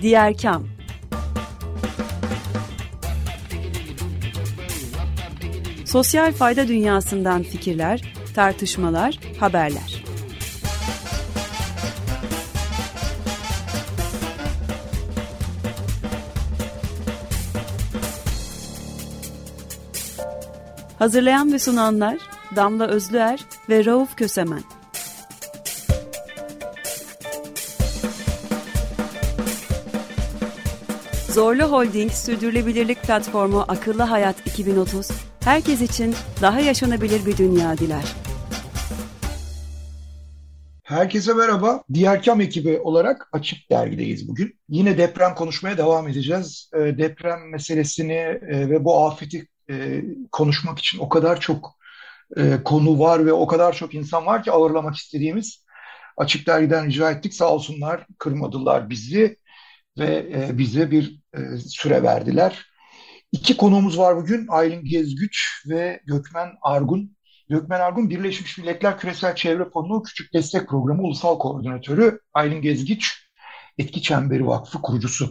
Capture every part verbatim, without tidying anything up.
Diğer Kam. Sosyal fayda dünyasından fikirler, tartışmalar, haberler. Hazırlayan ve sunanlar Damla Özlüer ve Rauf Kösemen. Zorlu Holding Sürdürülebilirlik Platformu Akıllı Hayat iki bin otuz, herkes için daha yaşanabilir bir dünya diler. Herkese merhaba. Diğer Kam ekibi olarak Açık Dergi'deyiz bugün. Yine deprem konuşmaya devam edeceğiz. E, deprem meselesini e, ve bu afeti e, konuşmak için o kadar çok e, konu var ve o kadar çok insan var ki ağırlamak istediğimiz. Açık Dergi'den rica ettik. Sağ olsunlar, kırmadılar bizi ve e, bize bir e, süre verdiler. İki konuğumuz var bugün. Aylin Gezgüç ve Gökmen Argun. Gökmen Argun, Birleşmiş Milletler Küresel Çevre Fonu Küçük Destek Programı Ulusal Koordinatörü. Aylin Gezgüç, Etki Çemberi Vakfı kurucusu.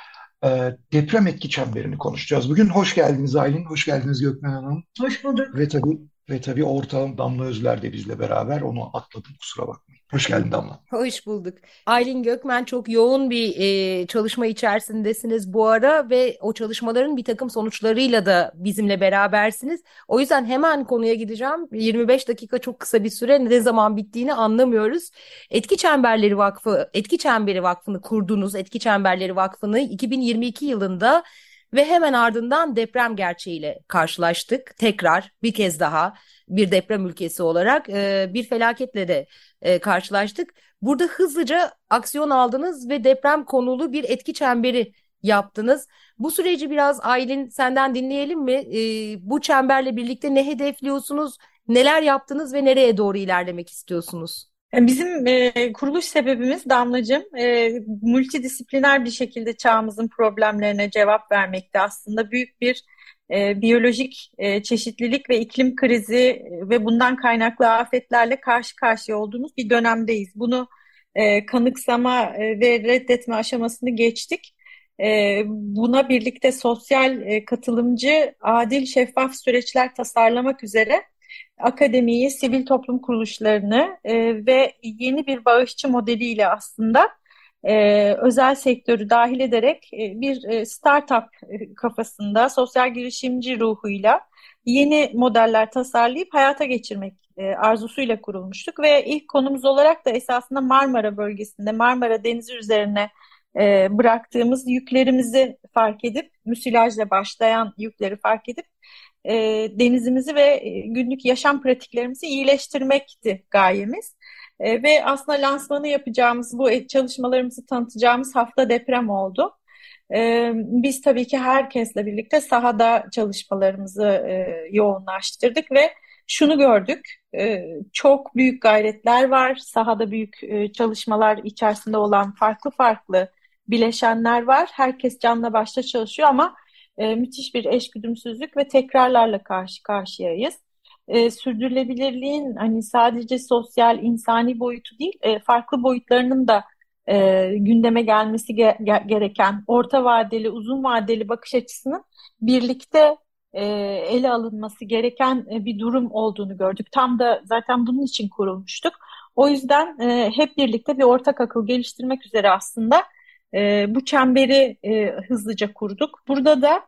Ee, deprem etki çemberini konuşacağız bugün. Hoş geldiniz Aylin, hoş geldiniz Gökmen Hanım. Hoş bulduk. Ve tabii ve tabii ortağım Damla Özler de bizle beraber. Onu atladım, kusura bakmayın. Hoş geldin Damla. Hoş bulduk. Aylin Gökmen, çok yoğun bir e, çalışma içerisindesiniz bu ara ve o çalışmaların bir takım sonuçlarıyla da bizimle berabersiniz. O yüzden hemen konuya gideceğim. yirmi beş dakika çok kısa bir süre, ne zaman bittiğini anlamıyoruz. Etki Çemberleri Vakfı, Etki Çemberi Vakfı'nı kurdunuz. Etki Çemberleri Vakfı'nı iki bin yirmi iki yılında ve hemen ardından deprem gerçeğiyle karşılaştık. Tekrar bir kez daha bir deprem ülkesi olarak e, bir felaketle de e, karşılaştık. Burada hızlıca aksiyon aldınız ve deprem konulu bir etki çemberi yaptınız. Bu süreci biraz Aylin senden dinleyelim mi? E, bu çemberle birlikte ne hedefliyorsunuz, neler yaptınız ve nereye doğru ilerlemek istiyorsunuz? Bizim e, kuruluş sebebimiz Damlacığım, e, multidisipliner bir şekilde çağımızın problemlerine cevap vermekte. Aslında büyük bir e, biyolojik e, çeşitlilik ve iklim krizi e, ve bundan kaynaklı afetlerle karşı karşıya olduğumuz bir dönemdeyiz. Bunu e, kanıksama e, ve reddetme aşamasını geçtik. E, buna birlikte sosyal, e, katılımcı, adil, şeffaf süreçler tasarlamak üzere akademiyi, sivil toplum kuruluşlarını e, ve yeni bir bağışçı modeliyle aslında e, özel sektörü dahil ederek e, bir e, startup e, kafasında, sosyal girişimci ruhuyla yeni modeller tasarlayıp hayata geçirmek e, arzusuyla kurulmuştuk ve ilk konumuz olarak da esasında Marmara bölgesinde, Marmara Denizi üzerine e, bıraktığımız yüklerimizi fark edip, müsilajla başlayan yükleri fark edip e, denizimizi ve e, günlük yaşam pratiklerimizi iyileştirmekti gayemiz. E, ve aslında lansmanı yapacağımız, bu çalışmalarımızı tanıtacağımız hafta deprem oldu. E, biz tabii ki herkesle birlikte sahada çalışmalarımızı e, yoğunlaştırdık ve şunu gördük, e, çok büyük gayretler var, sahada büyük e, çalışmalar içerisinde olan farklı farklı bileşenler var. Herkes canla başla çalışıyor ama e, müthiş bir eşgüdümsüzlük ve tekrarlarla karşı karşıyayız. E, sürdürülebilirliğin hani sadece sosyal, insani boyutu değil, e, farklı boyutlarının da e, gündeme gelmesi ge- ge- gereken orta vadeli, uzun vadeli bakış açısının birlikte e, ele alınması gereken e, bir durum olduğunu gördük. Tam da zaten bunun için kurulmuştuk. O yüzden e, hep birlikte bir ortak akıl geliştirmek üzere aslında e, bu çemberi e, hızlıca kurduk. Burada da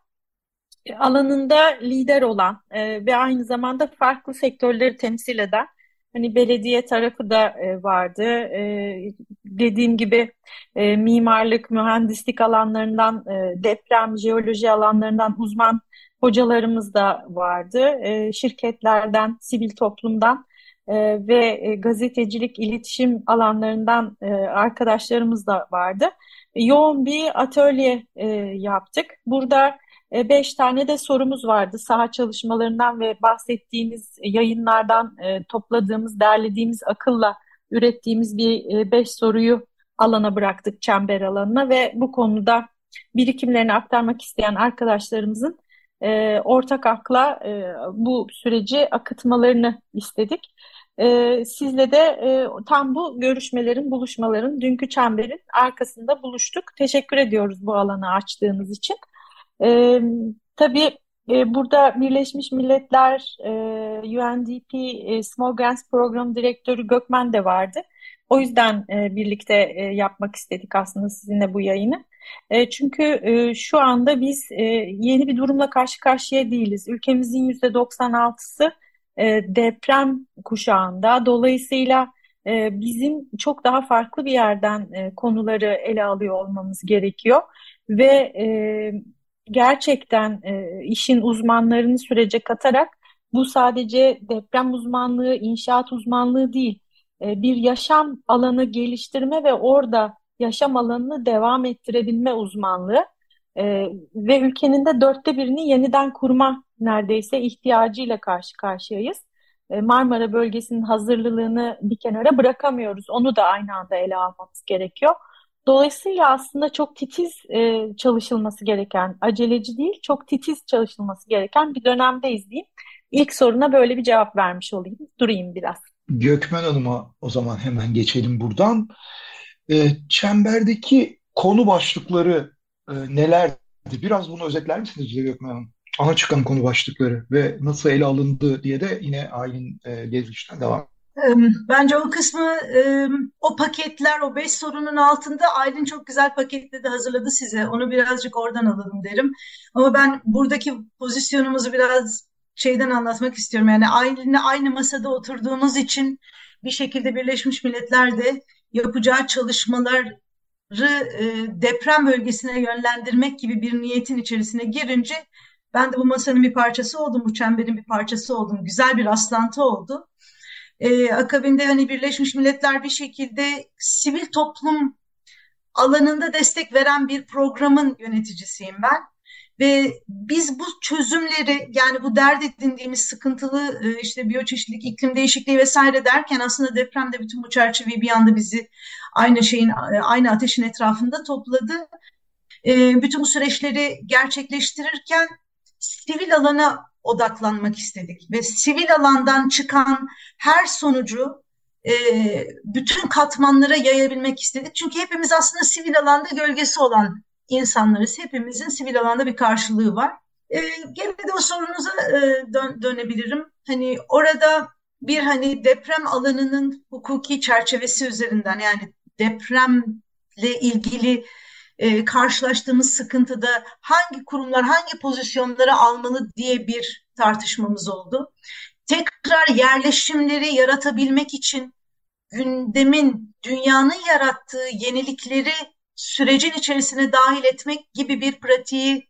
alanında lider olan e, ve aynı zamanda farklı sektörleri temsil eden, hani belediye tarafı da e, vardı. E, dediğim gibi e, mimarlık, mühendislik alanlarından, e, deprem, jeoloji alanlarından uzman hocalarımız da vardı. E, şirketlerden, sivil toplumdan e, ve e, gazetecilik, iletişim alanlarından e, arkadaşlarımız da vardı. Yoğun bir atölye e, yaptık. Burada e, Beş tane de sorumuz vardı. Saha çalışmalarından ve bahsettiğiniz yayınlardan e, topladığımız, derlediğimiz akılla ürettiğimiz bir e, beş soruyu alana bıraktık, çember alanına ve bu konuda birikimlerini aktarmak isteyen arkadaşlarımızın e, ortak akla e, bu süreci akıtmalarını istedik. E, sizle de e, tam bu görüşmelerin, buluşmaların, dünkü çemberin arkasında buluştuk. Teşekkür ediyoruz bu alanı açtığınız için. E, tabii e, burada Birleşmiş Milletler e, U N D P e, Small Grants Program Direktörü Gökmen de vardı. O yüzden e, birlikte e, yapmak istedik aslında sizinle bu yayını. E, çünkü e, şu anda biz e, yeni bir durumla karşı karşıya değiliz. Ülkemizin yüzde doksan altısı e, deprem kuşağında. Dolayısıyla e, bizim çok daha farklı bir yerden e, konuları ele alıyor olmamız gerekiyor. Ve e, gerçekten e, işin uzmanlarını sürece katarak bu sadece deprem uzmanlığı, inşaat uzmanlığı değil, e, bir yaşam alanı geliştirme ve orada yaşam alanını devam ettirebilme uzmanlığı. E, ve ülkenin de dörtte birini yeniden kurma neredeyse ihtiyacıyla karşı karşıyayız. E, Marmara bölgesinin hazırlılığını bir kenara bırakamıyoruz. Onu da aynı anda ele almamız gerekiyor. Dolayısıyla aslında çok titiz e, çalışılması gereken, aceleci değil, çok titiz çalışılması gereken bir dönemdeyiz diyeyim. İlk soruna böyle bir cevap vermiş olayım. Durayım biraz. Gökmen Hanım'a o zaman hemen geçelim buradan. E, çemberdeki konu başlıkları e, nelerdi? Biraz bunu özetler misiniz bize Gökmen Hanım? Ana çıkan konu başlıkları ve nasıl ele alındı diye de yine Aylin e, Gezmiş'ten devam. Bence o kısmı, o paketler, o beş sorunun altında Aylin çok güzel paketledi, hazırladı size. Onu birazcık oradan alalım derim. Ama ben buradaki pozisyonumuzu biraz şeyden anlatmak istiyorum. Yani Aylin'le aynı masada oturduğumuz için bir şekilde Birleşmiş Milletler'de yapacağı çalışmaları deprem bölgesine yönlendirmek gibi bir niyetin içerisine girince ben de bu masanın bir parçası oldum, bu çemberin bir parçası oldum. Güzel bir rastlantı oldu. Ee, akabinde hani Birleşmiş Milletler bir şekilde sivil toplum alanında destek veren bir programın yöneticisiyim ben. Ve biz bu çözümleri, yani bu dert edindiğimiz sıkıntılı işte biyoçeşitlilik, iklim değişikliği vesaire derken aslında deprem de bütün bu çerçeveyi bir anda bizi aynı şeyin, aynı ateşin etrafında topladı. Ee, bütün bu süreçleri gerçekleştirirken sivil alana odaklanmak istedik ve sivil alandan çıkan her sonucu e, bütün katmanlara yayabilmek istedik. Çünkü hepimiz aslında sivil alanda gölgesi olan insanlarız. Hepimizin sivil alanda bir karşılığı var. E, gene de o sorunuza e, dön, dönebilirim. Hani orada bir hani deprem alanının hukuki çerçevesi üzerinden, yani depremle ilgili e, karşılaştığımız sıkıntıda hangi kurumlar hangi pozisyonları almalı diye bir tartışmamız oldu. Tekrar yerleşimleri yaratabilmek için gündemin, dünyanın yarattığı yenilikleri sürecin içerisine dahil etmek gibi bir pratiği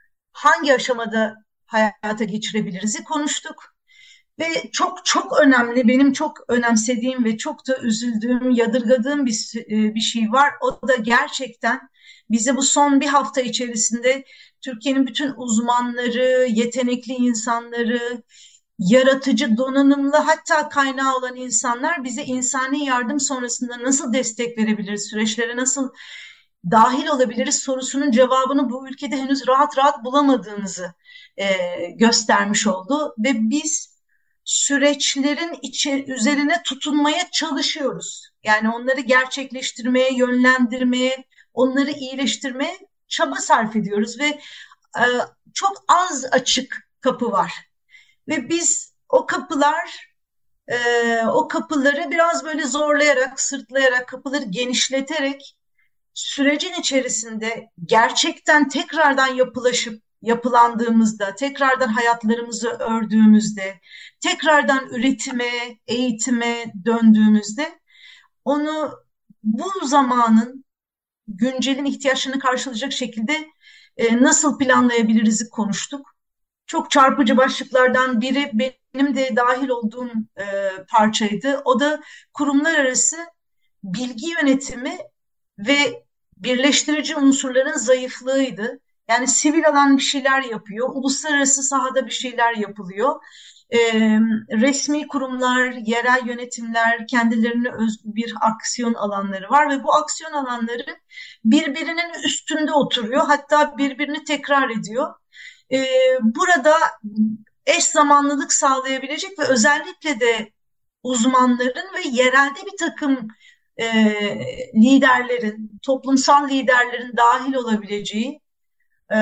hangi aşamada hayata geçirebiliriz'i konuştuk. Ve çok çok önemli, benim çok önemsediğim ve çok da üzüldüğüm, yadırgadığım bir, bir şey var. O da gerçekten bize bu son bir hafta içerisinde Türkiye'nin bütün uzmanları, yetenekli insanları, yaratıcı, donanımlı, hatta kaynağı olan insanlar bize insani yardım sonrasında nasıl destek verebiliriz, süreçlere nasıl dahil olabiliriz sorusunun cevabını bu ülkede henüz rahat rahat bulamadığımızı e, göstermiş oldu. Ve biz süreçlerin içi, üzerine tutunmaya çalışıyoruz. Yani onları gerçekleştirmeye, yönlendirmeye, onları iyileştirmeye çaba sarf ediyoruz ve e, çok az açık kapı var. Ve biz o kapılar, e, o kapıları biraz böyle zorlayarak, sırtlayarak, kapıları genişleterek sürecin içerisinde gerçekten tekrardan yapılaşıp yapılandığımızda, tekrardan hayatlarımızı ördüğümüzde, tekrardan üretime, eğitime döndüğümüzde onu bu zamanın, güncelin ihtiyaçlarını karşılayacak şekilde e, nasıl planlayabiliriz'i konuştuk. Çok çarpıcı başlıklardan biri benim de dahil olduğum e, parçaydı. O da kurumlar arası bilgi yönetimi ve birleştirici unsurların zayıflığıydı. Yani sivil alan bir şeyler yapıyor, uluslararası sahada bir şeyler yapılıyor. Ee, resmi kurumlar, yerel yönetimler kendilerine özgü bir aksiyon alanları var ve bu aksiyon alanları birbirinin üstünde oturuyor, hatta birbirini tekrar ediyor. Ee, burada eş zamanlılık sağlayabilecek ve özellikle de uzmanların ve yerelde bir takım e, liderlerin, toplumsal liderlerin dahil olabileceği e,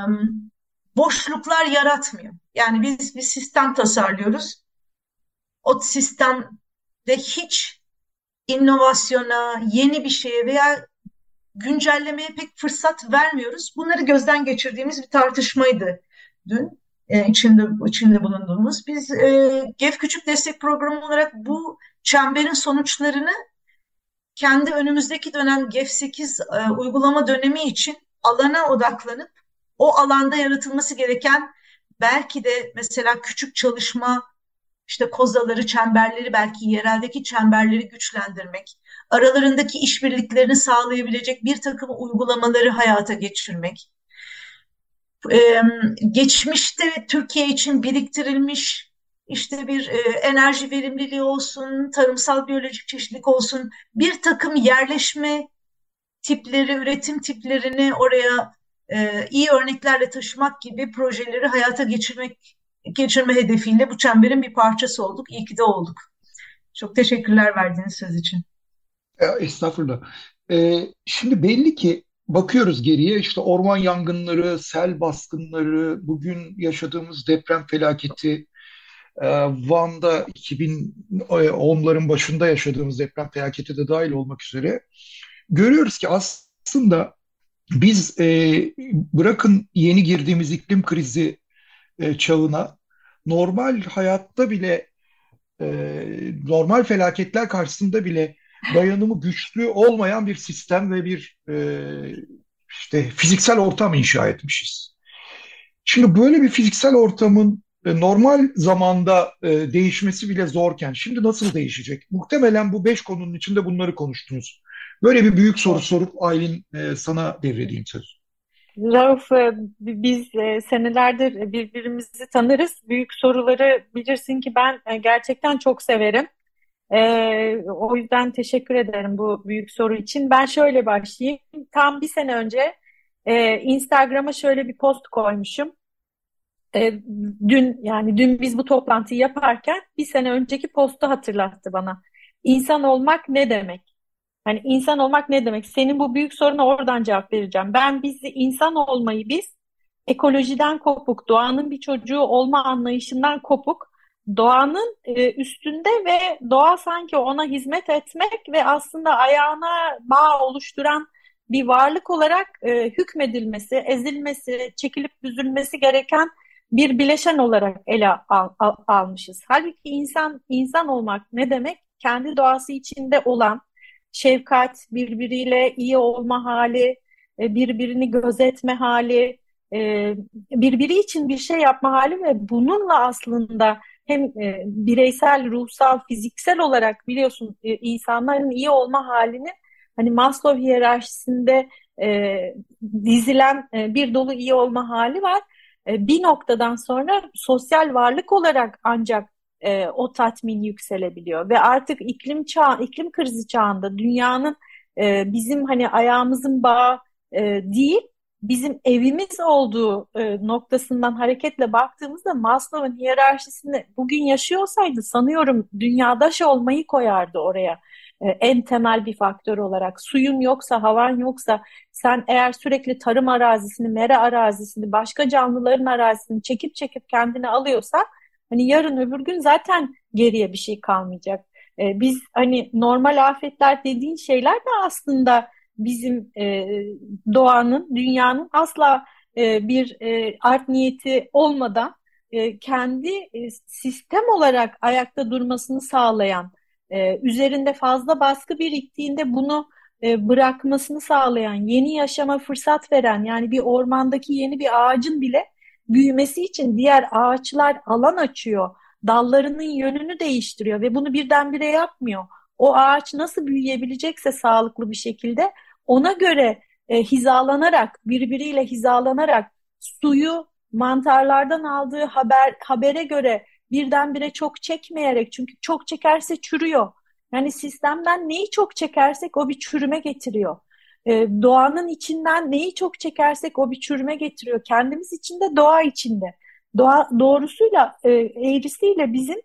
boşluklar yaratmıyor. Yani biz bir sistem tasarlıyoruz. O sistemde hiç inovasyona, yeni bir şeye veya güncellemeye pek fırsat vermiyoruz. Bunları gözden geçirdiğimiz bir tartışmaydı dün e, içinde içinde bulunduğumuz. Biz e, GEF Küçük Destek Programı olarak bu çemberin sonuçlarını kendi önümüzdeki dönem GEF sekiz e, uygulama dönemi için alana odaklanıp o alanda yaratılması gereken belki de mesela küçük çalışma işte kozaları, çemberleri, belki yereldeki çemberleri güçlendirmek, aralarındaki işbirliklerini sağlayabilecek bir takım uygulamaları hayata geçirmek, Ee, geçmişte Türkiye için biriktirilmiş işte bir e, enerji verimliliği olsun, tarımsal biyolojik çeşitlilik olsun, bir takım yerleşme tipleri, üretim tiplerini oraya e, iyi örneklerle taşımak gibi projeleri hayata geçirmek geçirme hedefiyle bu çemberin bir parçası olduk. İyi ki de olduk. Çok teşekkürler verdiğiniz söz için. E, Estağfurullah. E, şimdi belli ki bakıyoruz geriye, işte orman yangınları, sel baskınları, bugün yaşadığımız deprem felaketi, e, Van'da iki bin onların başında yaşadığımız deprem felaketi de dahil olmak üzere görüyoruz ki aslında biz, e, bırakın yeni girdiğimiz iklim krizi e, çağına, normal hayatta bile, e, normal felaketler karşısında bile dayanımı güçlü olmayan bir sistem ve bir e, işte fiziksel ortam inşa etmişiz. Şimdi böyle bir fiziksel ortamın e, normal zamanda e, değişmesi bile zorken şimdi nasıl değişecek? Muhtemelen bu beş konunun içinde bunları konuştunuz. Böyle bir büyük soru sorup Aylin, e, sana devredeyim söz. Rauf, e, biz e, senelerdir birbirimizi tanırız. Büyük soruları bilirsin ki ben e, gerçekten çok severim. E, o yüzden teşekkür ederim bu büyük soru için. Ben şöyle başlayayım. Tam bir sene önce e, Instagram'a şöyle bir post koymuşum. E, dün yani dün biz bu toplantıyı yaparken bir sene önceki postu hatırlattı bana. İnsan olmak ne demek? Hani insan olmak ne demek? Senin bu büyük soruna oradan cevap vereceğim. Ben bizi insan olmayı biz ekolojiden kopuk, doğanın bir çocuğu olma anlayışından kopuk, doğanın e, üstünde ve doğa sanki ona hizmet etmek ve aslında ayağına bağ oluşturan bir varlık olarak e, hükmedilmesi, ezilmesi, çekilip büzülmesi gereken bir bileşen olarak ele al, al, almışız. Halbuki insan insan olmak ne demek? Kendi doğası içinde olan şefkat, birbiriyle iyi olma hali, e, birbirini gözetme hali, e, birbiri için bir şey yapma hali ve bununla aslında hem e, bireysel, ruhsal, fiziksel olarak biliyorsun e, insanların iyi olma halini hani Maslow hiyerarşisinde e, dizilen e, bir dolu iyi olma hali var. E, bir noktadan sonra sosyal varlık olarak ancak e, o tatmin yükselebiliyor ve artık iklim çağ, iklim krizi çağında dünyanın e, bizim hani ayağımızın bağı e, değil, bizim evimiz olduğu e, noktasından hareketle baktığımızda Maslow'un hiyerarşisini bugün yaşıyor olsaydı sanıyorum dünyadaş olmayı koyardı oraya. E, en temel bir faktör olarak suyun yoksa, havan yoksa, sen eğer sürekli tarım arazisini, mera arazisini, başka canlıların arazisini çekip çekip kendine alıyorsan hani yarın öbür gün zaten geriye bir şey kalmayacak. Ee, biz hani normal afetler dediğin şeyler de aslında bizim e, doğanın, dünyanın asla e, bir e, art niyeti olmadan e, kendi e, sistem olarak ayakta durmasını sağlayan, e, üzerinde fazla baskı biriktiğinde bunu e, bırakmasını sağlayan, yeni yaşama fırsat veren, yani bir ormandaki yeni bir ağacın bile büyümesi için diğer ağaçlar alan açıyor. Dallarının yönünü değiştiriyor ve bunu birdenbire yapmıyor. O ağaç nasıl büyüyebilecekse sağlıklı bir şekilde ona göre e, hizalanarak, birbiriyle hizalanarak suyu mantarlardan aldığı haber habere göre birdenbire çok çekmeyerek, çünkü çok çekerse çürüyor. Yani sistemden neyi çok çekersek o bir çürüme getiriyor. Ee, doğanın içinden neyi çok çekersek o bir çürüme getiriyor. Kendimiz içinde, doğa içinde. Doğa doğrusuyla, e, eğrisiyle bizim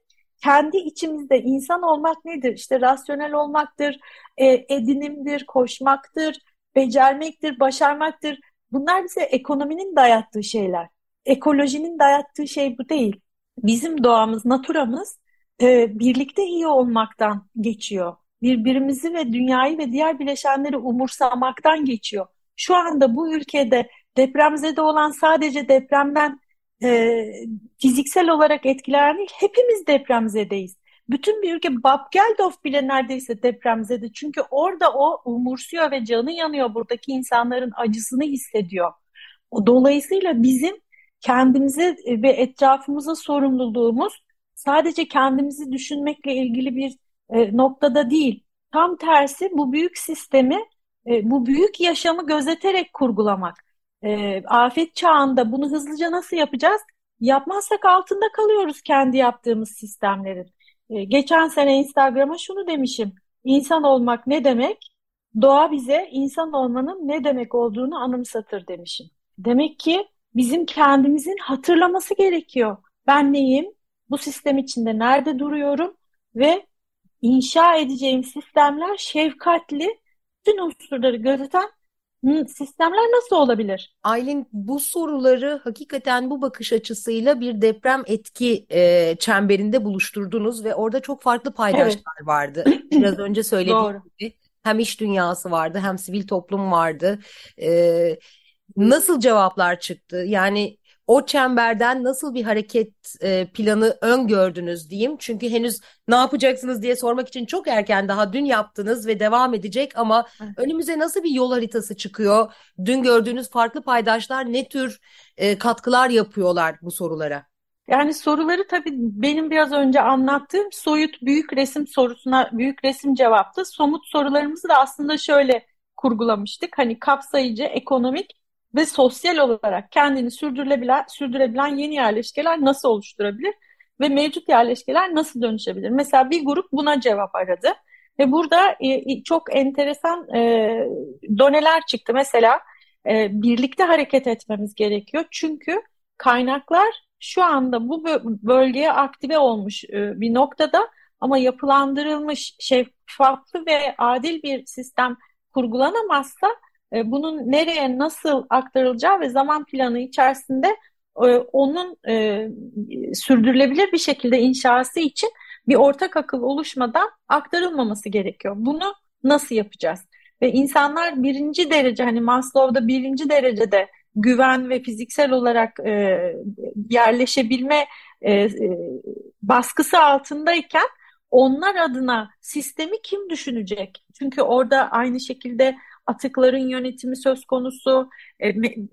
kendi içimizde insan olmak nedir? İşte rasyonel olmaktır, e, edinimdir, koşmaktır, becermektir, başarmaktır. Bunlar bize ekonominin dayattığı şeyler. Ekolojinin dayattığı şey bu değil. Bizim doğamız, naturamız e, birlikte iyi olmaktan geçiyor. Birbirimizi ve dünyayı ve diğer bileşenleri umursamaktan geçiyor. Şu anda bu ülkede depremzede olan sadece depremden e, fiziksel olarak etkilenen değil, hepimiz depremzedeyiz. Bütün bir ülke, Bab Geldorf bile neredeyse depremzede. Çünkü orada o umursuyor ve canı yanıyor, buradaki insanların acısını hissediyor. Dolayısıyla bizim kendimize ve etrafımıza sorumluluğumuz sadece kendimizi düşünmekle ilgili bir e, noktada değil. Tam tersi, bu büyük sistemi, e, bu büyük yaşamı gözeterek kurgulamak. E, afet çağında bunu hızlıca nasıl yapacağız? Yapmazsak altında kalıyoruz kendi yaptığımız sistemlerin. E, geçen sene Instagram'a şunu demişim: İnsan olmak ne demek? Doğa bize insan olmanın ne demek olduğunu anımsatır demişim. Demek ki bizim kendimizin hatırlaması gerekiyor. Ben neyim? Bu sistem içinde nerede duruyorum? Ve inşa edeceğim sistemler şefkatli, bütün unsurları gözeten sistemler nasıl olabilir? Aylin, bu soruları hakikaten bu bakış açısıyla bir deprem etki e, çemberinde buluşturdunuz ve orada çok farklı paydaşlar Evet, vardı. Biraz önce söylediğim doğru. gibi hem iş dünyası vardı hem sivil toplum vardı. E, Nasıl cevaplar çıktı? Yani o çemberden nasıl bir hareket e, planı öngördünüz diyeyim. Çünkü henüz ne yapacaksınız diye sormak için çok erken, daha dün yaptınız ve devam edecek ama önümüze nasıl bir yol haritası çıkıyor? Dün gördüğünüz farklı paydaşlar ne tür e, katkılar yapıyorlar bu sorulara? Yani soruları tabii benim biraz önce anlattığım soyut büyük resim sorusuna büyük resim cevaptı. Somut sorularımızı da aslında şöyle kurgulamıştık. Hani kapsayıcı, ekonomik ve sosyal olarak kendini sürdürülebilen, sürdürebilen yeni yerleşkeler nasıl oluşturabilir ve mevcut yerleşkeler nasıl dönüşebilir? Mesela bir grup buna cevap aradı ve burada e, çok enteresan e, doneler çıktı. Mesela e, birlikte hareket etmemiz gerekiyor. Çünkü kaynaklar şu anda bu bölgeye aktive olmuş e, bir noktada ama yapılandırılmış, şeffaflı ve adil bir sistem kurgulanamazsa e, bunun nereye nasıl aktarılacağı ve zaman planı içerisinde e, onun e, sürdürülebilir bir şekilde inşası için bir ortak akıl oluşmadan aktarılmaması gerekiyor. Bunu nasıl yapacağız? Ve insanlar birinci derece, hani Maslow'da birinci derecede güven ve fiziksel olarak e, yerleşebilme e, e, baskısı altındayken onlar adına sistemi kim düşünecek? Çünkü orada aynı şekilde atıkların yönetimi söz konusu, e,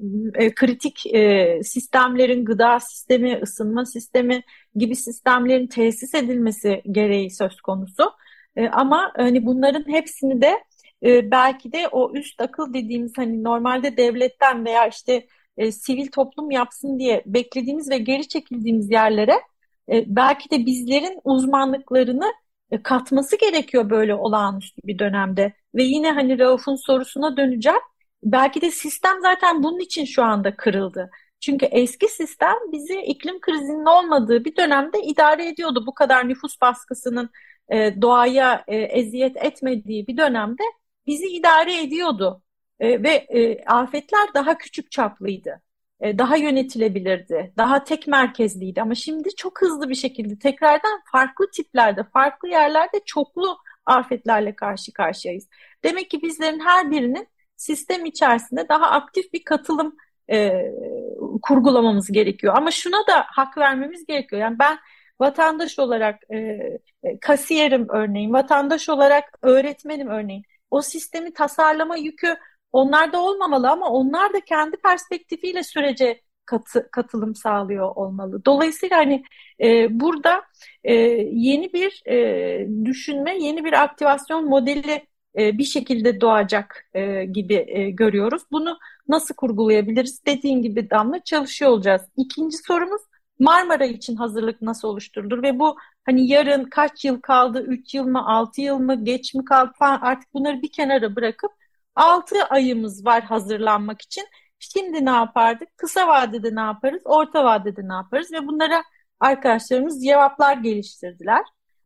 e, kritik e, sistemlerin, gıda sistemi, ısınma sistemi gibi sistemlerin tesis edilmesi gereği söz konusu. E, ama hani bunların hepsini de e, belki de o üst akıl dediğimiz, hani normalde devletten veya işte e, sivil toplum yapsın diye beklediğimiz ve geri çekildiğimiz yerlere e, belki de bizlerin uzmanlıklarını e, katması gerekiyor böyle olağanüstü bir dönemde. Ve yine hani Rauf'un sorusuna döneceğim. Belki de sistem zaten bunun için şu anda kırıldı. Çünkü eski sistem bizi iklim krizinin olmadığı bir dönemde idare ediyordu. Bu kadar nüfus baskısının e, doğaya e, eziyet etmediği bir dönemde bizi idare ediyordu. E, ve e, afetler daha küçük çaplıydı. E, daha yönetilebilirdi. Daha tek merkezliydi. Ama şimdi çok hızlı bir şekilde tekrardan farklı tiplerde, farklı yerlerde çoklu afetlerle karşı karşıyayız. Demek ki bizlerin her birinin sistem içerisinde daha aktif bir katılım e, kurgulamamız gerekiyor. Ama şuna da hak vermemiz gerekiyor. Yani ben vatandaş olarak e, e, kasiyerim örneğin, vatandaş olarak öğretmenim örneğin. O sistemi tasarlama yükü onlarda olmamalı ama onlar da kendi perspektifiyle sürece katı, katılım sağlıyor olmalı. Dolayısıyla hani e, burada e, yeni bir e, düşünme, yeni bir aktivasyon modeli e, bir şekilde doğacak e, gibi e, görüyoruz. Bunu nasıl kurgulayabiliriz? Dediğin gibi Damla, çalışıyor olacağız. İkinci sorumuz, Marmara için hazırlık nasıl oluşturulur ve bu hani yarın kaç yıl kaldı, üç yıl mı, altı yıl mı, geç mi kaldı falan, artık bunları bir kenara bırakıp altı ayımız var hazırlanmak için. Şimdi ne yapardık? Kısa vadede ne yaparız? Orta vadede ne yaparız? Ve bunlara arkadaşlarımız cevaplar geliştirdiler.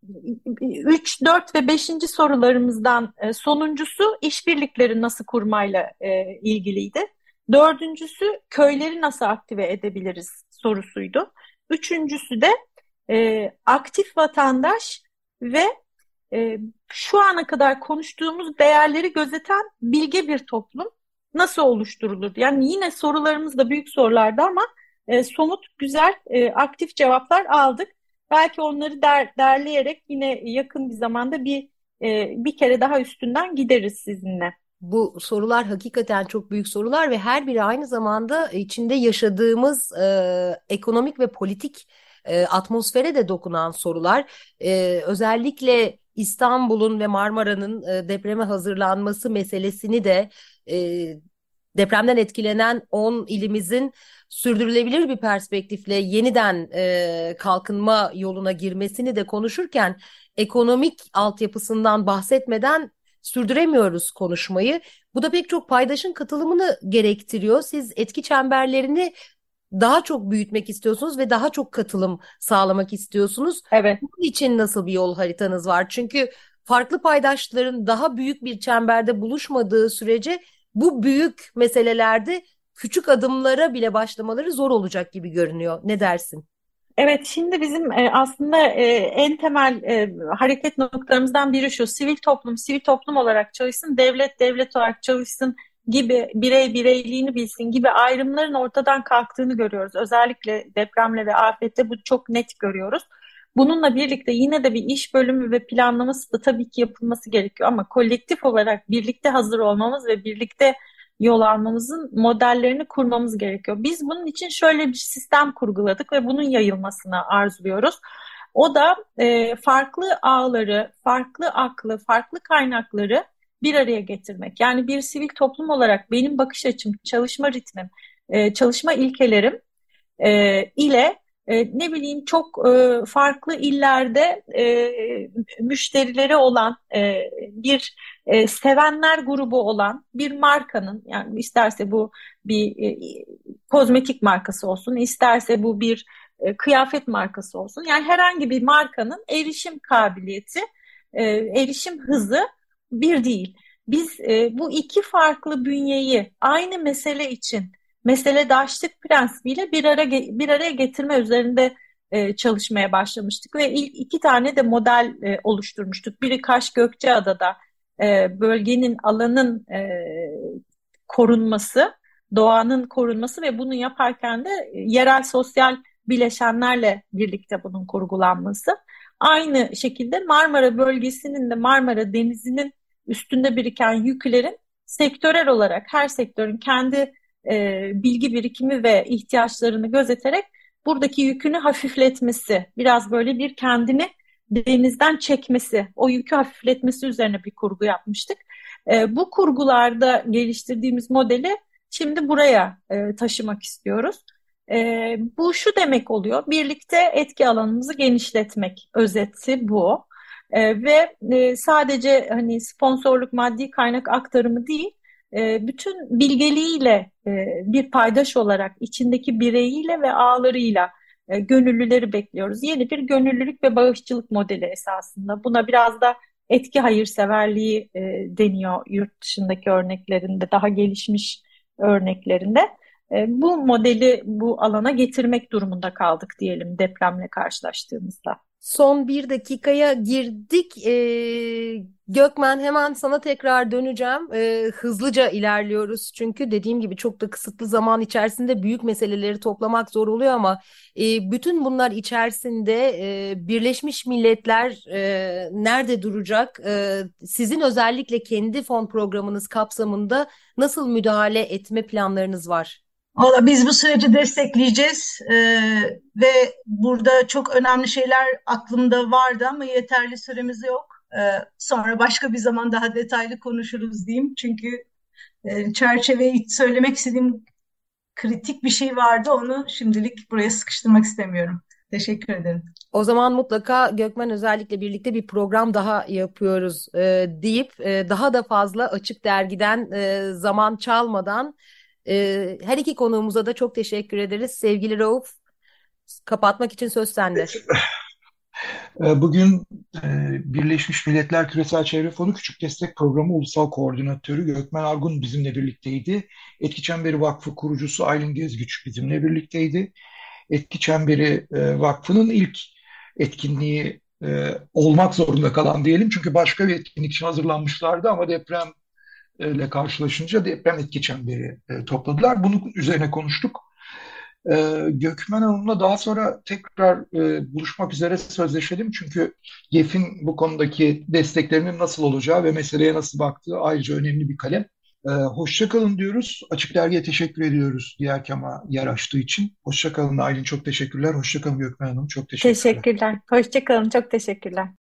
üç, dört ve beşinci sorularımızdan e, sonuncusu işbirlikleri nasıl kurmayla e, ilgiliydi. Dördüncüsü köyleri nasıl aktive edebiliriz sorusuydu. Üçüncüsü de e, aktif vatandaş ve e, şu ana kadar konuştuğumuz değerleri gözeten bilge bir toplum nasıl oluşturulur? Yani yine sorularımız da büyük sorulardı ama e, somut, güzel, e, aktif cevaplar aldık. Belki onları der, derleyerek yine yakın bir zamanda bir e, bir kere daha üstünden gideriz sizinle. Bu sorular hakikaten çok büyük sorular ve her biri aynı zamanda içinde yaşadığımız e, ekonomik ve politik e, atmosfere de dokunan sorular. E, özellikle İstanbul'un ve Marmara'nın e, depreme hazırlanması meselesini de e, depremden etkilenen on ilimizin sürdürülebilir bir perspektifle yeniden e, kalkınma yoluna girmesini de konuşurken ekonomik altyapısından bahsetmeden sürdüremiyoruz konuşmayı. Bu da pek çok paydaşın katılımını gerektiriyor. Siz etki çemberlerini daha çok büyütmek istiyorsunuz ve daha çok katılım sağlamak istiyorsunuz. Evet. Bunun için nasıl bir yol haritanız var? Çünkü farklı paydaşların daha büyük bir çemberde buluşmadığı sürece bu büyük meselelerde küçük adımlara bile başlamaları zor olacak gibi görünüyor. Ne dersin? Evet, şimdi bizim e, aslında e, en temel e, hareket noktalarımızdan biri şu: sivil toplum sivil toplum olarak çalışsın, devlet devlet olarak çalışsın gibi, birey bireyliğini bilsin gibi ayrımların ortadan kalktığını görüyoruz. Özellikle depremle ve afette bu çok net görüyoruz. Bununla birlikte yine de bir iş bölümü ve planlaması da tabii ki yapılması gerekiyor ama kolektif olarak birlikte hazır olmamız ve birlikte yol almamızın modellerini kurmamız gerekiyor. Biz bunun için şöyle bir sistem kurguladık ve bunun yayılmasını arzuluyoruz. O da e, farklı ağları, farklı aklı, farklı kaynakları bir araya getirmek. Yani bir sivil toplum olarak benim bakış açım, çalışma ritmim, e, çalışma ilkelerim e, ile e, ne bileyim çok e, farklı illerde e, müşterileri olan e, bir e, sevenler grubu olan bir markanın, yani isterse bu bir e, kozmetik markası olsun, isterse bu bir e, kıyafet markası olsun, yani herhangi bir markanın erişim kabiliyeti, e, erişim hızı bir değil. Biz e, bu iki farklı bünyeyi aynı mesele için meseledaşlık prensibiyle bir araya bir araya getirme üzerinde e, çalışmaya başlamıştık ve ilk iki tane de model e, oluşturmuştuk. Biri Kaş Gökçeada'da e, bölgenin, alanın e, korunması, doğanın korunması ve bunu yaparken de e, yerel sosyal bileşenlerle birlikte bunun kurgulanması. Aynı şekilde Marmara bölgesinin de, Marmara Denizi'nin üstünde biriken yüklerin sektörel olarak her sektörün kendi e, bilgi birikimi ve ihtiyaçlarını gözeterek buradaki yükünü hafifletmesi, biraz böyle bir kendini denizden çekmesi, o yükü hafifletmesi üzerine bir kurgu yapmıştık. E, bu kurgularda geliştirdiğimiz modeli şimdi buraya e, taşımak istiyoruz. E, bu şu demek oluyor: birlikte etki alanımızı genişletmek, özeti bu. E, ve e, sadece hani sponsorluk, maddi kaynak aktarımı değil, e, bütün bilgeliğiyle e, bir paydaş olarak içindeki bireyiyle ve ağlarıyla e, gönüllüleri bekliyoruz. Yeni bir gönüllülük ve bağışçılık modeli esasında. Buna biraz da etki hayırseverliği e, deniyor yurt dışındaki örneklerinde, daha gelişmiş örneklerinde. E, bu modeli bu alana getirmek durumunda kaldık diyelim depremle karşılaştığımızda. Son bir dakikaya girdik. Ee, Gökmen, hemen sana tekrar döneceğim. Ee, hızlıca ilerliyoruz çünkü dediğim gibi çok da kısıtlı zaman içerisinde büyük meseleleri toplamak zor oluyor ama e, bütün bunlar içerisinde e, Birleşmiş Milletler e, nerede duracak? E, sizin özellikle kendi fon programınız kapsamında nasıl müdahale etme planlarınız var? Valla biz bu süreci destekleyeceğiz ee, ve burada çok önemli şeyler aklımda vardı ama yeterli süremiz yok. Ee, sonra başka bir zaman daha detaylı konuşuruz diyeyim. Çünkü e, çerçeveyi söylemek istediğim kritik bir şey vardı. Onu şimdilik buraya sıkıştırmak istemiyorum. Teşekkür ederim. O zaman mutlaka Gökmen özellikle birlikte bir program daha yapıyoruz e, deyip e, daha da fazla Açık Dergi'den e, zaman çalmadan Ee, her iki konuğumuza da çok teşekkür ederiz. Sevgili Rauf, Kapatmak için söz sende. E, Bugün e, Birleşmiş Milletler Küresel Çevre Fonu Küçük Destek Programı Ulusal Koordinatörü Gökmen Argun bizimle birlikteydi. Etki Çemberi Vakfı kurucusu Aylin Gezgüç bizimle birlikteydi. Etki Çemberi e, Vakfı'nın ilk etkinliği e, olmak zorunda kalan diyelim. Çünkü başka bir etkinlik için hazırlanmışlardı ama depremle karşılaşınca deprem etki çemberi e, topladılar. Bunun üzerine konuştuk. E, Gökmen Hanım'la daha sonra tekrar e, buluşmak üzere sözleşelim. Çünkü GEF'in bu konudaki desteklerinin nasıl olacağı ve meseleye nasıl baktığı ayrıca önemli bir kalem. E, hoşça kalın diyoruz. Açık Dergi'ye teşekkür ediyoruz diğer kama yer açtığı için. Hoşça kalın Aylin, çok teşekkürler. Hoşça kalın Gökmen Hanım, çok teşekkürler. Teşekkürler. Hoşça kalın. Çok teşekkürler.